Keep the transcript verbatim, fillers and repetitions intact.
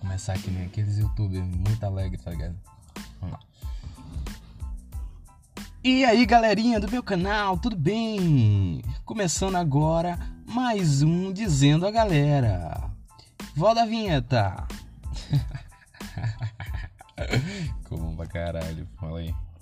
Começar que nem aqueles youtubers muito alegres, tá ligado? Vamos lá. E aí, galerinha do meu canal, tudo bem? Começando agora mais um Dizendo a Galera. Volta a vinheta. Como pra caralho, fala aí.